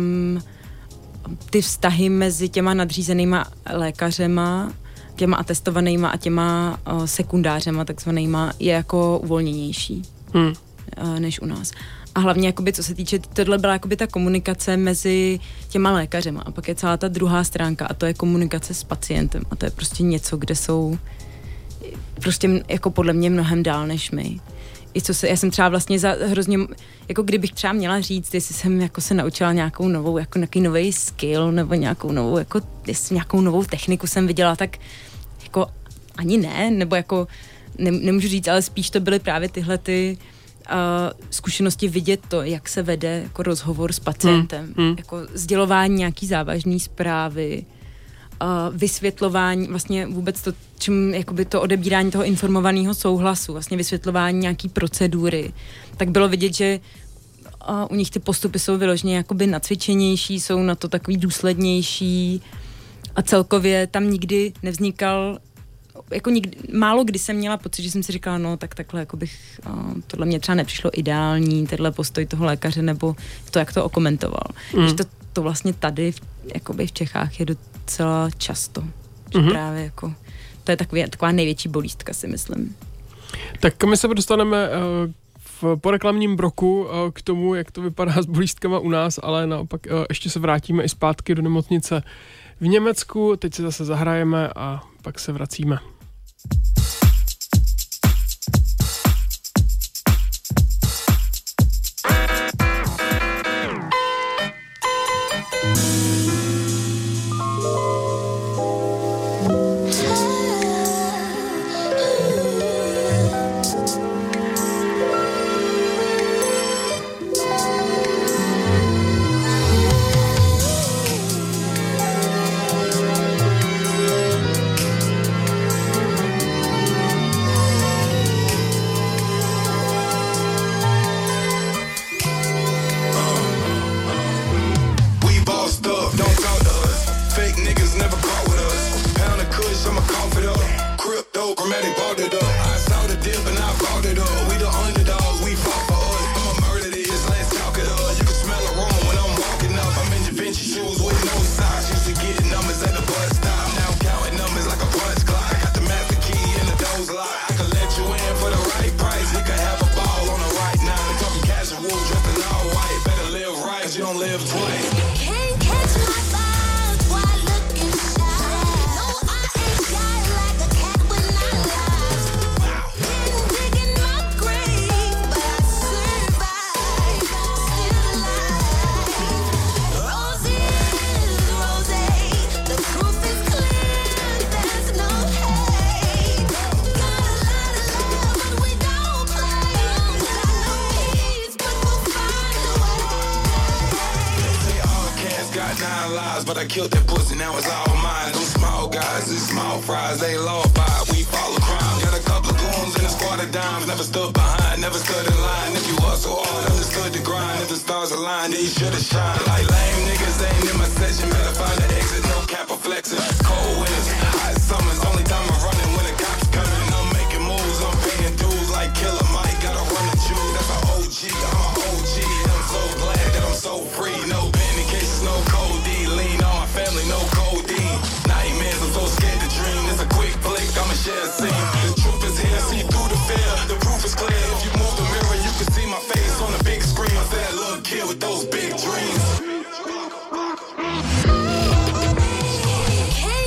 ty vztahy mezi těma nadřízenýma lékařema, těma atestovanýma a těma uh, sekundářema takzvanýma je jako uvolněnější hmm. uh, než u nás. A hlavně, jakoby, co se týče, tohle byla jakoby ta komunikace mezi těma lékařema a pak je celá ta druhá stránka a to je komunikace s pacientem a to je prostě něco, kde jsou prostě jako podle mě mnohem dál než my. I co se, já jsem třeba vlastně za hrozně, jako kdybych třeba měla říct, jestli jsem jako se naučila nějakou novou, jako nějaký nový skill, nebo nějakou novou, jako jestli nějakou novou techniku jsem viděla, tak jako ani ne, nebo jako ne, nemůžu říct, ale spíš to byly právě tyhle ty uh, zkušenosti vidět to, jak se vede jako rozhovor s pacientem, hmm, hmm. jako sdělování nějaký závažný zprávy, Uh, vysvětlování, vlastně vůbec to, čím, jakoby to odebírání toho informovaného souhlasu, vlastně vysvětlování nějaký procedury, tak bylo vidět, že uh, u nich ty postupy jsou vyloženě jakoby nacvičenější, jsou na to takový důslednější a celkově tam nikdy nevznikal, jako nikdy, málo kdy jsem měla pocit, že jsem si říkala, no tak takhle jako bych, uh, tohle mě třeba nepřišlo ideální, tenhle postoj toho lékaře, nebo to, jak to okomentoval. Mm. Že to, to vlastně tady v, jakoby v Čechách je docela často. Mm-hmm. Právě jako, to je takový, taková největší bolístka, si myslím. Tak my se dostaneme uh, v poreklamním broku uh, k tomu, jak to vypadá s bolístkama u nás, ale naopak uh, ještě se vrátíme i zpátky do nemocnice v Německu. Teď se zase zahrajeme a pak se vracíme. But I killed that pussy, now it's all mine. Them small guys, these small fries, they law five, we follow crime. Got a couple of goons in a squad of dimes. Never stood behind, never stood in line. If you hustle hard, understood the grind. If the stars aligned, then you should've shined. Like lame niggas ain't in my section. Better find an exit, no cap or flexing. Cold winters, hot summers, only time I'm running when the cops coming. I'm making moves, I'm paying dues like Killer Mike. Gotta run the jewel, that's an O G, I'm an O G. I'm so glad that I'm so free. No pending cases, no cold D. Lean on my family, no codeine. Nightmares, I'm so scared to dream. It's a quick flick, I'ma share a scene. The truth is here, see through the fear. The proof is clear. If you move the mirror, you can see my face on the big screen. I said that little kid with those big dreams. Can't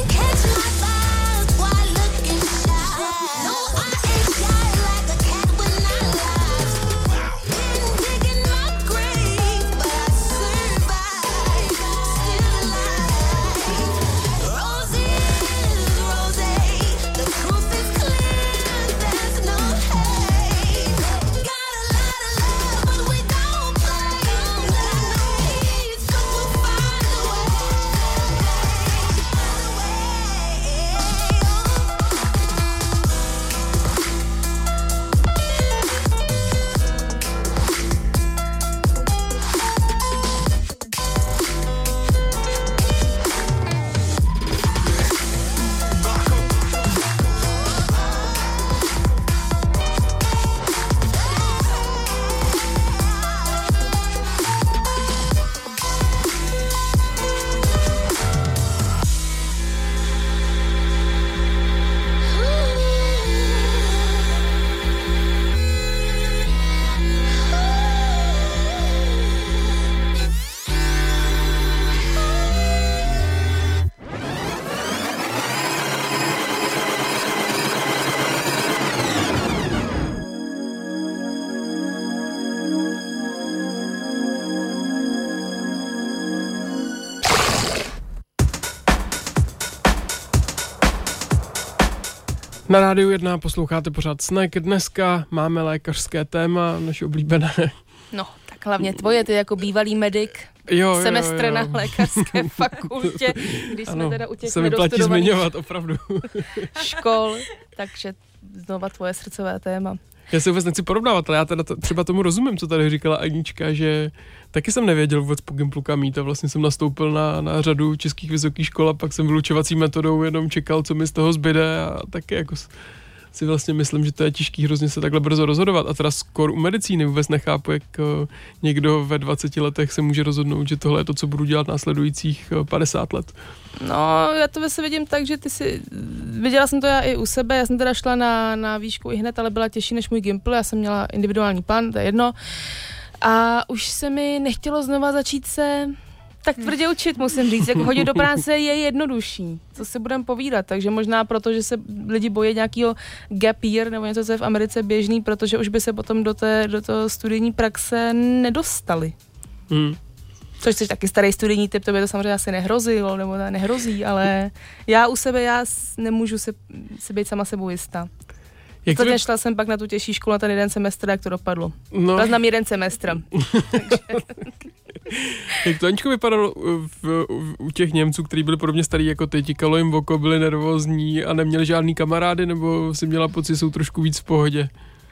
Na Rádiu jedna posloucháte pořád Snack. Dneska máme lékařské téma, naše oblíbené. No, tak hlavně tvoje, ty jako bývalý medic, jo, semestr jo, jo. na lékařské fakultě, když jsme ano, teda u těch se vyplatí nedostudovaných zmiňovat, opravdu. škol, takže znova tvoje srdcové téma. Já se vůbec nechci porovnávat, ale já teda to, třeba tomu rozumím, co tady říkala Anička, že taky jsem nevěděl vůbec po Gimplu kam jít a vlastně jsem nastoupil na, na řadu českých vysokých škol a pak jsem vylučovací metodou jenom čekal, co mi z toho zbyde a taky jako si vlastně myslím, že to je těžký hrozně se takhle brzo rozhodovat a teda skoro u medicíny vůbec nechápu, jak někdo ve dvaceti letech se může rozhodnout, že tohle je to, co budu dělat následujících padesát let. No, já to se vidím tak, že ty si, viděla jsem to já i u sebe, já jsem teda šla na, na výšku i hned, ale byla těžší než můj Gimpl, já jsem měla individuální plán, to je jedno. A už se mi nechtělo znova začít se tak tvrdě učit, musím říct, jako chodit do práce je jednodušší, co si budem povídat, takže možná proto, že se lidi bojí nějakého gap year nebo něco, co je v Americe běžný, protože už by se potom do té, do toho studijní praxe nedostali. Hmm. Což jsi taky starý studijní typ, to by to samozřejmě asi nehrozilo, nebo nehrozí, ale já u sebe, já nemůžu se, se být sama sebou jistá. Jak Protože by... šla jsem pak na tu těžší školu na ten jeden semestr, jak to dopadlo. No. Byla znám jeden semestr. Jak to, Aničko, vypadalo v, v, u těch Němců, kteří byli podobně starí jako ty, tikalo jim v oko, byli nervózní a neměli žádný kamarády, nebo si měla pocit, že jsou trošku víc v pohodě?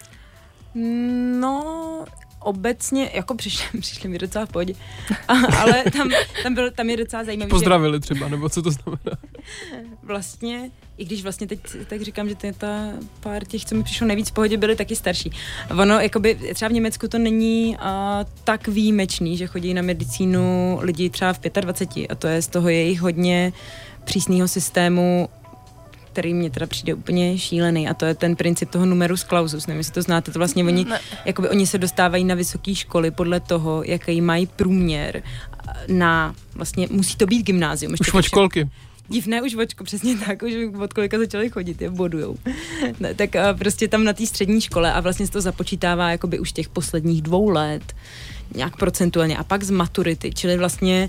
No, obecně, jako přišli, přišli mi docela v pohodě, a, ale tam, tam, byl, tam je docela zajímavý. Pozdravili třeba, nebo co to znamená? Vlastně, i když vlastně teď tak říkám, že ta pár těch, co mi přišlo nejvíc v pohodě, byli taky starší. Ono, jakoby, třeba v Německu to není uh, tak výjimečný, že chodí na medicínu lidi třeba v dvaceti pěti a to je z toho jejich hodně přísného systému, který mě teda přijde úplně šílený a to je ten princip toho numerus clausus, nevím, jestli to znáte, to vlastně oni, jakoby oni se dostávají na vysoké školy podle toho, jaký mají průměr na, vlastně musí to být gymnázium. Už od školky. Divné už očko, přesně tak, už od kolika začali chodit, je bodujou. Ne, tak a prostě tam na té střední škole a vlastně se to započítává jakoby už těch posledních dvou let, nějak procentuálně a pak z maturity, čili vlastně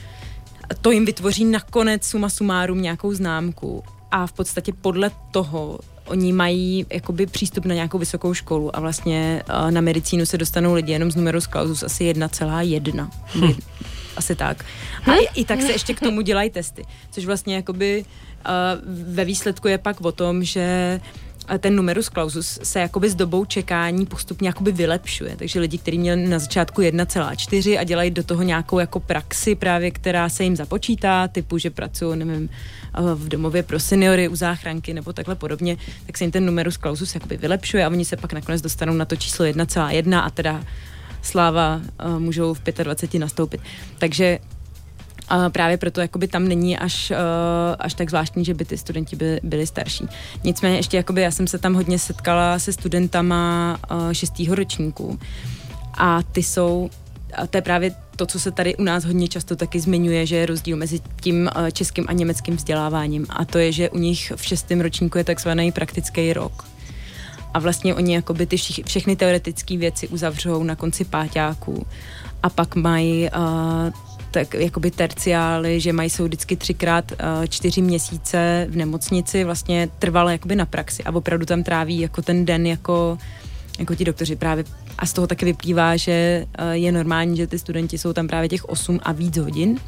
to jim vytvoří nakonec suma sumárum nějakou známku a v podstatě podle toho oni mají jakoby přístup na nějakou vysokou školu a vlastně na medicínu se dostanou lidi jenom z numerus clausus asi jedna celá jedna. Hm. Asi tak. A i, i tak se ještě k tomu dělají testy, což vlastně jakoby uh, ve výsledku je pak o tom, že ten numerus clausus se jakoby s dobou čekání postupně jakoby vylepšuje. Takže lidi, kteří měli na začátku jedna celá čtyři a dělají do toho nějakou jako praxi právě, která se jim započítá, typu, že pracují, nevím, v domově pro seniory, u záchranky nebo takhle podobně, tak se jim ten numerus clausus jakoby vylepšuje a oni se pak nakonec dostanou na to číslo jedna celá jedna a teda sláva uh, můžou v dvaceti pěti nastoupit. Takže uh, právě proto jakoby tam není až, uh, až tak zvláštní, že by ty studenti byli, byli starší. Nicméně ještě jakoby já jsem se tam hodně setkala se studentama uh, šestýho ročníku a ty jsou, a to je právě to, co se tady u nás hodně často taky zmiňuje, že je rozdíl mezi tím uh, českým a německým vzděláváním a to je, že u nich v šestém ročníku je takzvaný praktický rok. A vlastně oni jakoby ty všich, všechny teoretické věci uzavřou na konci páťáků a pak mají uh, tak jakoby terciály, že mají jsou vždycky třikrát uh, čtyři měsíce v nemocnici, vlastně trvale jakoby na praxi a opravdu tam tráví jako ten den jako, jako ti doktoři právě a z toho taky vyplývá, že uh, je normální, že ty studenti jsou tam právě těch osm a víc hodin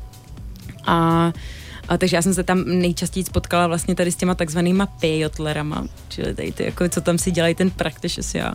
a A takže já jsem se tam nejčastěji spotkala vlastně tady s těma takzvanýma pejotlerama, čili tady ty, jako, co tam si dělají ten practitioners, já.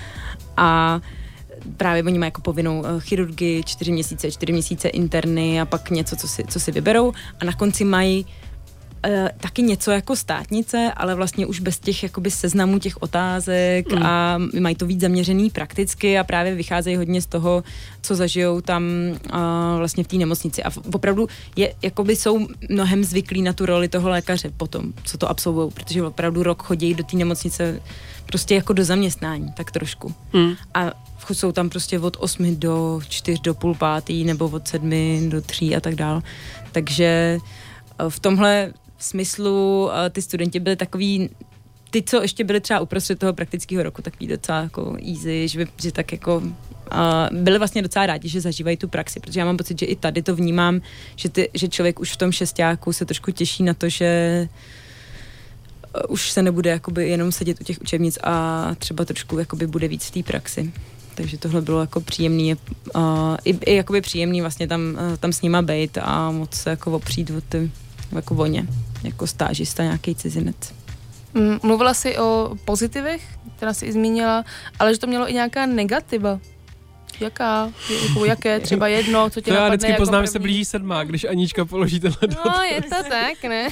A právě oni mají jako povinnou chirurgii, čtyři měsíce, čtyři měsíce interny a pak něco, co si, co si vyberou a na konci mají Uh, taky něco jako státnice, ale vlastně už bez těch jakoby seznamů těch otázek mm. a mají to víc zaměřený prakticky a právě vycházejí hodně z toho, co zažijou tam uh, vlastně v té nemocnici. A v, opravdu je, jakoby jsou mnohem zvyklí na tu roli toho lékaře potom, co to absolvují, protože opravdu rok chodí do té nemocnice prostě jako do zaměstnání, tak trošku. Mm. A jsou tam prostě od osmi do čtyř do půl pátý nebo od sedmi do tří a tak dál. Takže uh, v tomhle smyslu uh, ty studenti byli takový, ty, co ještě byli třeba uprostřed toho praktického roku, takový docela jako easy, že, by, že tak jako uh, byli vlastně docela rádi, že zažívají tu praxi, protože já mám pocit, že i tady to vnímám, že, ty, že člověk už v tom šestáku se trošku těší na to, že už se nebude jakoby jenom sedět u těch učebnic a třeba trošku jakoby bude víc v té praxi. Takže tohle bylo jako příjemný, uh, i, i jakoby příjemný vlastně tam, uh, tam s nima bejt a moc se jako opřít o ty, jako voně, jako stážista, nějaký cizinec. Mluvila jsi o pozitivech, která jsi i zmínila, ale že to mělo i nějaká negativa. Jaká? Jako jaké? Třeba jedno, co tě to napadne? Já vždycky jako poznám, první? že se blíží sedmák, když Anička položí tenhle dotaz. No, je to tak, ne?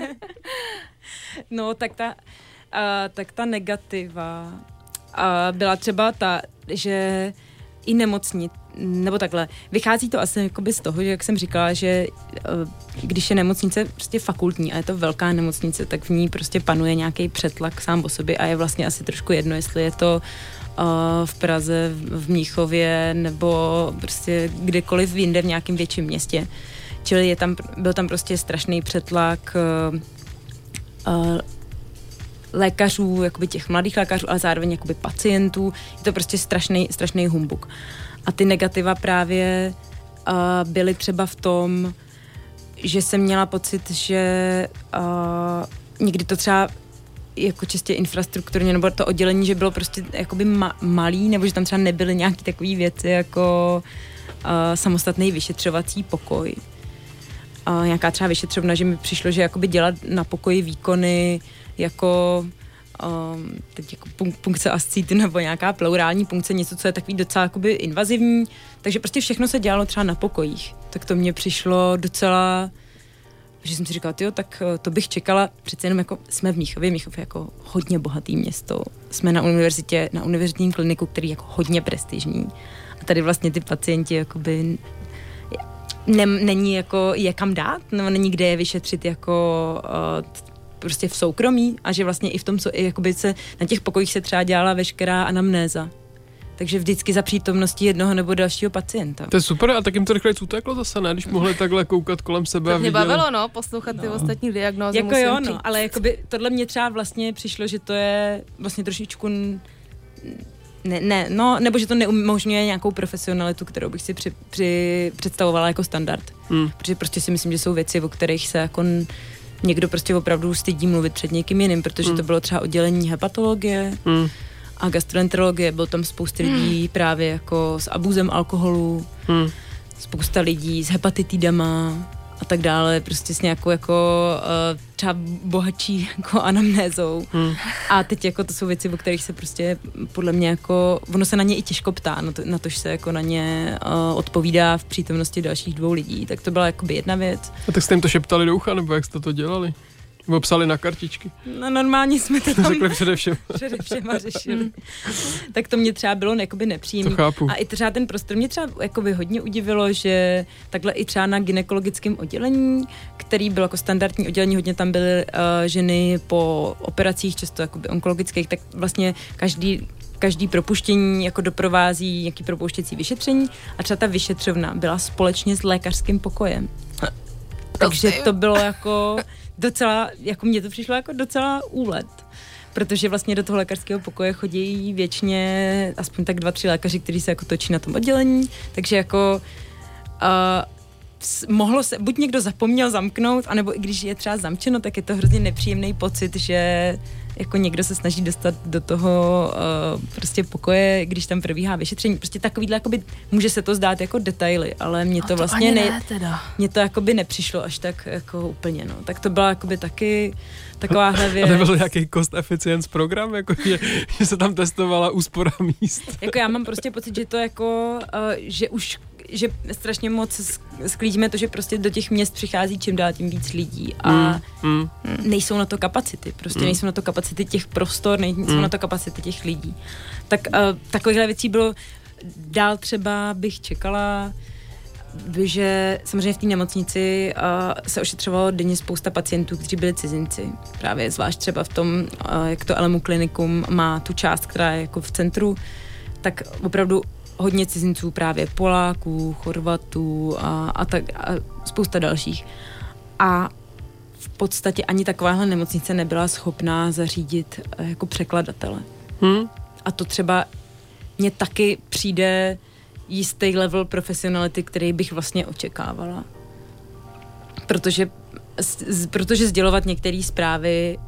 No, tak ta, uh, tak ta negativa uh, byla třeba ta, že i nemocnit, nebo takhle, vychází to asi jakoby z toho, že jak jsem říkala, že uh, když je nemocnice prostě fakultní a je to velká nemocnice, tak v ní prostě panuje nějaký přetlak sám o sobě a je vlastně asi trošku jedno, jestli je to uh, v Praze, v Mnichově nebo prostě kdekoliv jinde v nějakém větším městě. Čili je tam, byl tam prostě strašný přetlak uh, uh, lékařů, jakoby těch mladých lékařů, ale zároveň jakoby pacientů. Je to prostě strašný, strašný humbuk. A ty negativa právě uh, byly třeba v tom, že jsem měla pocit, že uh, někdy to třeba jako čistě infrastrukturně, nebo to oddělení, že bylo prostě jakoby ma- malý, nebo že tam třeba nebyly nějaké takové věci jako uh, samostatný vyšetřovací pokoj. Uh, nějaká třeba vyšetřovna, že mi přišlo, že jakoby dělat na pokoji výkony jako um, teď jako punk- punkce ascitu nebo nějaká pleurální punkce, něco, co je takový docela jakoby invazivní, takže prostě všechno se dělalo třeba na pokojích. Tak to mně přišlo docela, že jsem si říkala, tyjo, tak to bych čekala, přece jenom jako jsme v Mnichově, Mnichov je jako hodně bohatý město, jsme na univerzitě, na univerzitním kliniku, který je jako hodně prestižní a tady vlastně ty pacienti jakoby ne, není jako je kam dát, nebo není kde je vyšetřit jako uh, prostě v soukromí a že vlastně i v tom, co i jakoby se na těch pokojích se třeba dělala veškerá anamnéza. Takže vždycky za přítomnosti jednoho nebo dalšího pacienta. To je super, a tak jim to rychle uteklo zase, ne? Když mohli takhle koukat kolem sebe to a mě viděli. bavilo, no, poslouchat no. ty ostatní diagnózy. Jako jo, no, ale jakoby tohle mě třeba vlastně přišlo, že to je vlastně trošičku ne, ne, no, nebo že to neumožňuje nějakou profesionalitu, kterou bych si při, při, představovala jako standard. Hmm. Protože prostě si myslím, že jsou věci, o kterých se jako někdo prostě opravdu stydí mluvit před někým jiným, protože hmm. to bylo třeba oddělení hepatologie hmm. a gastroenterologie, bylo tam spousty lidí hmm. právě jako s abuzem alkoholu, hmm. spousta lidí s hepatitidama a tak dále, prostě s nějakou jako uh, třeba bohatší jako anamnézou. Hmm. A teď jako to jsou věci, o kterých se prostě podle mě jako, ono se na ně i těžko ptá, na to, na to že se jako na ně uh, odpovídá v přítomnosti dalších dvou lidí. Tak to byla jakoby jedna věc. A tak jste jim to šeptali do ucha, nebo jak jste to dělali? Nebo psali na kartičky? No normálně jsme to tam řekli především. především a řešili. Tak to mě třeba bylo jakoby nepříjemné. To chápu. A i třeba ten prostor mě třeba jakoby hodně udivilo, že takhle i třeba na gynekologickém oddělení, který byl jako standardní oddělení, hodně tam byly uh, ženy po operacích, často jakoby onkologických, tak vlastně každý každý propuštění jako doprovází nějaký propouštěcí vyšetření a třeba ta vyšetřovna byla společně s lékařským pokojem. Takže to bylo jako docela, jako mně to přišlo jako docela úlet. Protože vlastně do toho lékařského pokoje chodí věčně aspoň tak dva, tři lékaři, kteří se jako točí na tom oddělení, takže jako uh, mohlo se, buď někdo zapomněl zamknout, anebo i když je třeba zamčeno, tak je to hrozně nepříjemný pocit, že jako někdo se snaží dostat do toho uh, prostě pokoje, když tam probíhá vyšetření. Prostě takovýhle, jakoby, může se to zdát jako detaily, ale mně to, to vlastně ne, ne teda. Mně to jakoby nepřišlo až tak jako úplně, no. Tak to byla jakoby taky takováhle věc. A nebyl nějaký cost efficiency program, jako že, že se tam testovala úspora míst? Jako já mám prostě pocit, že to jako, uh, že už že strašně moc sklízíme to, že prostě do těch měst přichází čím dál tím víc lidí a mm, mm. nejsou na to kapacity, prostě mm. nejsou na to kapacity těch prostor, nejsou mm. na to kapacity těch lidí. Tak uh, takovýchhle věcí bylo, dál třeba bych čekala, že samozřejmě v té nemocnici uh, se ošetřovalo denně spousta pacientů, kteří byli cizinci. Právě zvlášť třeba v tom, uh, jak to Elemu klinikum má tu část, která je jako v centru, tak opravdu hodně cizinců, právě Poláků, Chorvatů a, a, tak, a spousta dalších. A v podstatě ani takováhle nemocnice nebyla schopná zařídit jako překladatele. Hmm. A to třeba mně taky přijde jistý level profesionality, který bych vlastně očekávala. Protože, protože sdělovat některé zprávy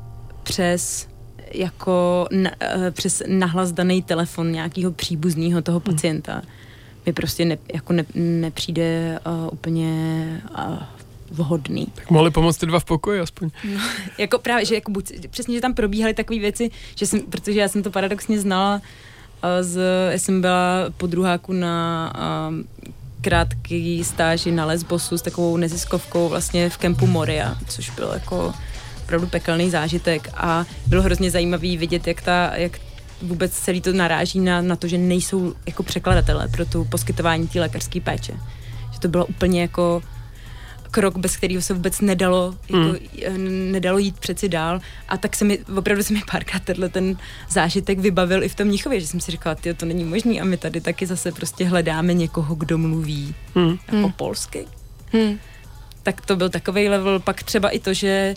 přes jako na, přes nahlas daný telefon nějakého příbuzného toho pacienta mi prostě ne, jako ne, nepřijde uh, úplně uh, vhodný. Tak mohli pomoct ty dva v pokoji aspoň. No, jako právě, že jako buď, přesně, že tam probíhaly takové věci, že jsem, protože já jsem to paradoxně znala, uh, z, já jsem byla po druháku na uh, krátký stáži na Lesbosu s takovou neziskovkou vlastně v kempu Moria, což bylo jako opravdu pekelný zážitek a bylo hrozně zajímavý vidět, jak ta, jak vůbec celý to naráží na, na to, že nejsou jako překladatelé pro tu poskytování té lékařské péče. Že to bylo úplně jako krok, bez kterého se vůbec nedalo, jako, mm. nedalo jít přeci dál. A tak se mi, opravdu se mi párkrát tenhle ten zážitek vybavil i v tom Mnichově, že jsem si říkala, tyjo, to není možný a my tady taky zase prostě hledáme někoho, kdo mluví mm. jako mm. polsky. Mm. Tak to byl takovej level, pak třeba i to, že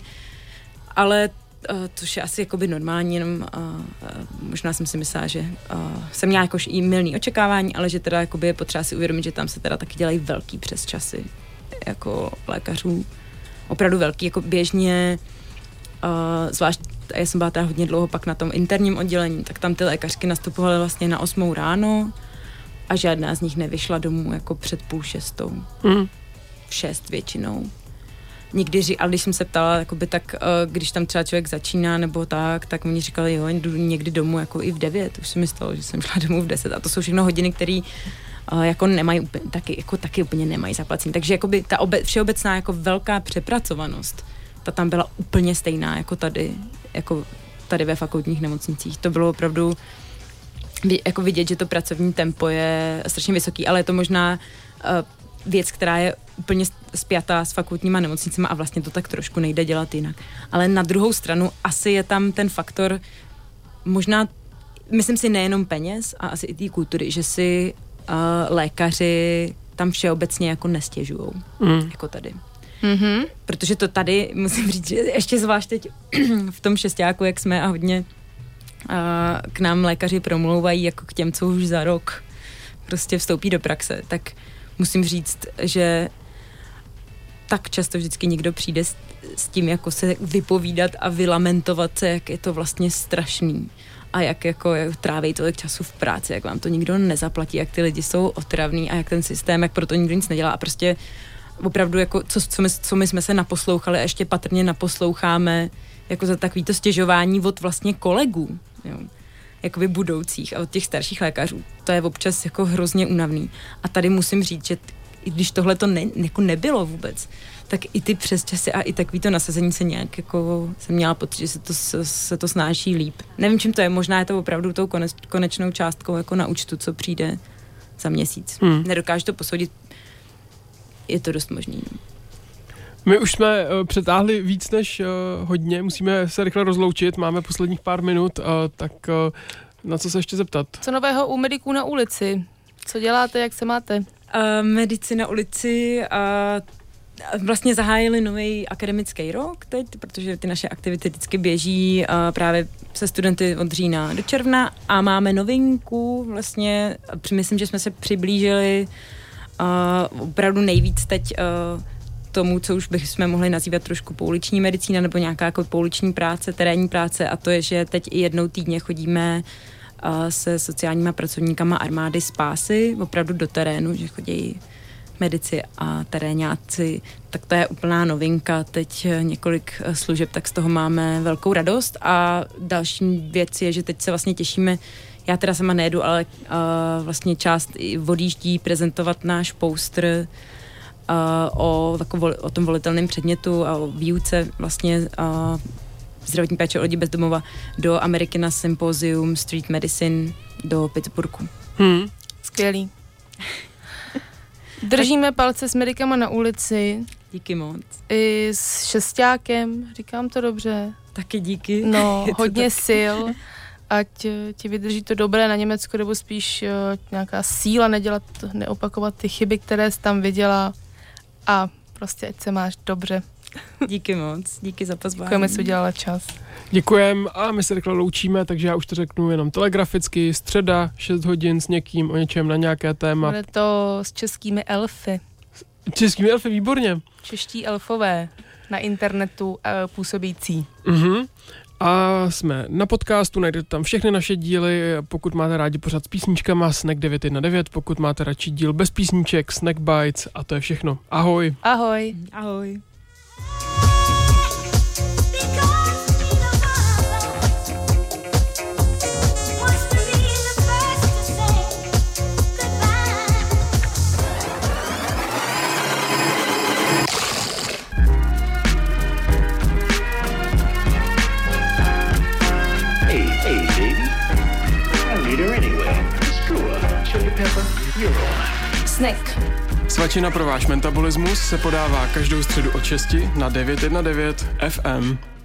ale uh, což je asi jakoby normální, jenom uh, uh, možná jsem si myslela, že uh, jsem měla jakož i mylný očekávání, ale že teda jakoby je potřeba si uvědomit, že tam se teda taky dělají velký přesčasy jako lékařů, opravdu velký, jako běžně, uh, zvlášť já jsem byla teda hodně dlouho pak na tom interním oddělení, tak tam ty lékařky nastupovaly vlastně na osmou ráno a žádná z nich nevyšla domů jako před půl šestou. Mm. V šest většinou. Někdy, ale když jsem se ptala, jakoby, tak uh, když tam třeba člověk začíná nebo tak, tak oni říkali, jo, jdu někdy domů jako i v devět. Už se mi stalo, že jsem šla domů v deset. A to jsou všechno hodiny, které uh, jako nemají úplně, taky, jako taky úplně nemají zaplacení. Takže jakoby ta obe, všeobecná jako velká přepracovanost, ta tam byla úplně stejná jako tady, jako tady ve fakultních nemocnicích. To bylo opravdu jako vidět, že to pracovní tempo je strašně vysoký, ale je to možná uh, věc, která je úplně spjatá s fakultníma nemocnicemi a vlastně to tak trošku nejde dělat jinak. Ale na druhou stranu asi je tam ten faktor možná, myslím si nejenom peněz a asi i té kultury, že si uh, lékaři tam všeobecně jako nestěžujou, mm. jako tady. Mm-hmm. Protože to tady, musím říct, že ještě zvlášť teď v tom šestáku, jak jsme a hodně uh, k nám lékaři promlouvají jako k těm, co už za rok prostě vstoupí do praxe, tak musím říct, že tak často vždycky někdo přijde s, s tím, jako se vypovídat a vylamentovat se, jak je to vlastně strašný a jak jako jak tráví tolik času v práci, jak vám to nikdo nezaplatí, jak ty lidi jsou otravní a jak ten systém, jak proto nikdo nic nedělá a prostě opravdu jako co, co, my, co my jsme se naposlouchali a ještě patrně naposloucháme jako za takovýto stěžování od vlastně kolegů, jo, jakoby budoucích a od těch starších lékařů. To je občas jako hrozně únavný. A tady musím říct, že t- i když tohle to ne, jako nebylo vůbec, tak i ty přesčasy a i takovýto nasazení se nějak jako jsem měla pocit, že se to, se, se to snáší líp. Nevím, čím to je, možná je to opravdu tou konec, konečnou částkou jako na účtu, co přijde za měsíc. Hmm. Nedokážu to posoudit, je to dost možný. My už jsme uh, přetáhli víc než uh, hodně, musíme se rychle rozloučit, máme posledních pár minut, uh, tak uh, na co se ještě zeptat? Co nového u mediků na ulici? Co děláte, jak se máte? Uh, medici na ulici uh, vlastně zahájili nový akademický rok teď, protože ty naše aktivity vždycky běží uh, právě se studenty od října do června a máme novinku, vlastně myslím, že jsme se přiblížili uh, opravdu nejvíc teď uh, tomu, co už bychom mohli nazývat trošku pouliční medicína nebo nějaká jako pouliční práce, terénní práce a to je, že teď i jednou týdně chodíme uh, se sociálníma pracovníkama armády spásy, opravdu do terénu, že chodí medici a terénáci, tak to je úplná novinka, teď několik služeb, tak z toho máme velkou radost a další věc je, že teď se vlastně těšíme, já teda sama nejedu, ale uh, vlastně část odjíždí prezentovat náš poster Uh, o, jako vol, o tom volitelném předmětu a o výuce vlastně uh, zdravotní péče o lidi bez domova do Americana Symposium Street Medicine do Pittsburghu. Hmm. Skvělý. Držíme palce s medikama na ulici. Díky moc. I s šestákem, říkám to dobře. Taky díky. No, hodně tak. sil. Ať ti vydrží to dobré na Německu, nebo spíš uh, nějaká síla nedělat, neopakovat ty chyby, které jsi tam viděla. A prostě ať se máš dobře. Díky moc, díky za pozvání. Děkujeme, že jsi udělala čas. Děkujem a my se rychle loučíme, takže já už to řeknu jenom telegraficky. Středa, šest hodin s někým, o něčem na nějaké téma. Bude to s českými elfy. Českými elfy, výborně. Čeští elfové na internetu uh, působící. Mhm. A jsme na podcastu, najdete tam všechny naše díly, pokud máte rádi pořád s písničkama, Snack devět jedna devět, pokud máte radši díl bez písniček, Snack Bites a to je všechno. Ahoj. Ahoj. Ahoj. Snack. Svačina pro váš metabolismus se podává každou středu od šesti na devět jedna devět F M.